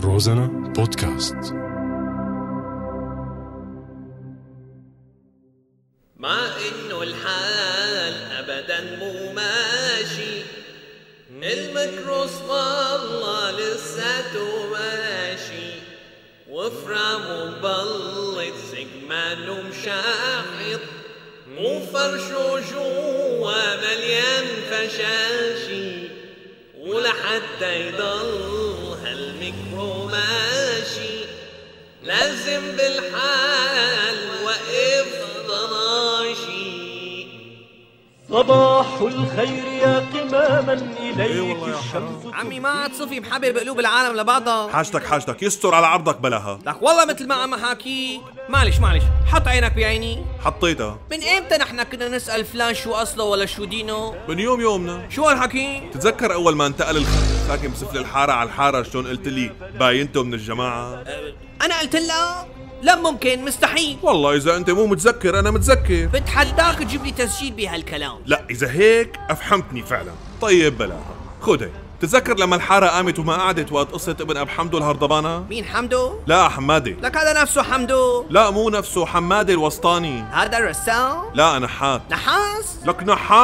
روزانا بودكاست. مع إنه الحال أبداً مو ماشي، الميكروس والله لساته ماشي، وفرامه مبلط سجمانه مشاحط، وفرشه جوا مليان فشاشي، ولحتى يضل هالميكرو ماشي لازم بالحال وقف ضناشي. صباح الخير يا قماما إليك الشمس. عمي ما عاد صفي محبر بقلوب العالم لبعضها. حاجتك يستر على عرضك بلاها. لك والله مثل ما عم حاكيك. معلش حط عينك بعيني. حطيتها. من امتى نحن كنا نسأل فلان شو اصله ولا شو دينه؟ من يومنا. شو هالحكي؟ تتذكر اول ما انتقل ساكن بسفل الحارة على الحارة شلون قلت لي باينته من الجماعة؟ انا قلت لها لا ممكن مستحيل. والله اذا انت مو متذكر انا متذكر. بتحداك تجيب لي تسجيل بهالكلام. لا اذا هيك افهمتني فعلا. طيب بلاها خذ هي. تتذكر لما الحارة قامت وما قعدت وقت قصة ابن ابو حمدو الهرضبانة؟ مين حمدو؟ لا حمادي. لك هذا نفسه حمدو. لا مو نفسه، حمادي الوسطاني. هذا الرسام؟ لا نحات. نحاس؟ لك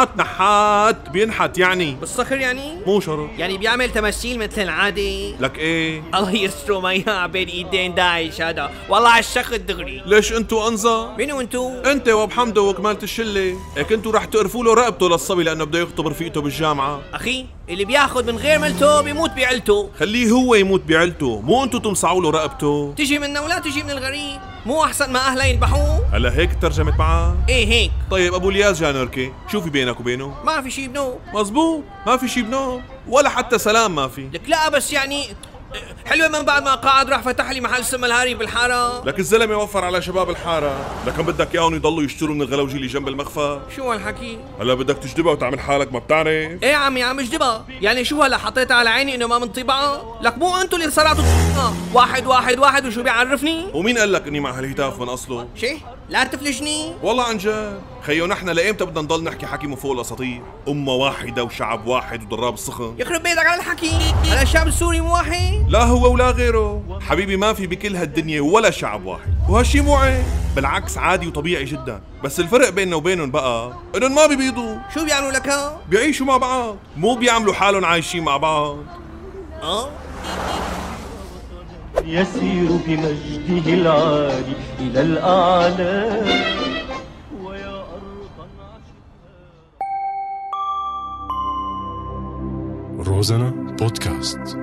نحات بينحت يعني بالصخر يعني؟ مو شرط يعني بيعمل تماثيل مثل العادي. لك ايه؟ الله يستر ما يقع بين ايدين داعش هذا، والله عالشق الدغري. ليش انتو انظى؟ مين وانتو؟ انت وابو حمدو وكمالة الشلة، هيك انتو رح تقرفوا له رقبته للصبي لانه بده يخطب رفيقته بالجامعة. اخي اللي بياخد من غير ملته بيموت بعيلته. خليه هو يموت بعيلته، مو انتو تمصعوا له رقبته. تجي منا ولا تجي من الغريب، مو احسن ما اهله يذبحوه؟ هلا هيك ترجمت معاه؟ ايه هيك. طيب ابو الياس جانركي شو في بينك وبينه؟ ما في شي بنو. مزبوط ما في شي بنو ولا حتى سلام ما في. لك لا بس يعني حلوة من بعد ما قعد راح فتح لي محل سم الهاري بالحارة. لك الزلمة وفر على شباب الحارة، لكن بدك اياهم يضلوا يشتروا من الغلوجي اللي جنب المخفى. شو هالحكي؟ هلا بدك تجدبها وتعمل حالك ما بتعرف. ايه عمي عم اجدبها، يعني شو هلا حطيتها على عيني انه ما منطبعة؟ لك مو انتو اللي صرعتوا واحد وشو بيعرفني؟ ومين قال لك اني مع هالهتاف من اصله؟ شي لا تفلجني. والله عن جد خيو نحن لايمتى بدنا نضل نحكي حكي من فوق الاساطير؟ امه واحده وشعب واحد وضراب الصخن. يخرب بيتك على الحكي، هلا الشعب السوري مو واحد؟ لا هو ولا غيره حبيبي، ما في بكل هالدنيا ولا شعب واحد، وهالشي مو عيب، بالعكس عادي وطبيعي جدا. بس الفرق بيننا وبينهم بقى انهم ما بيبيضوا. شو بيعملوا لك؟ بيعيشوا مع بعض، مو بيعملوا حالهم عايشين مع بعض. يسير بمجده العالي إلى الأعلى ويا أرضا روزانا بودكاست.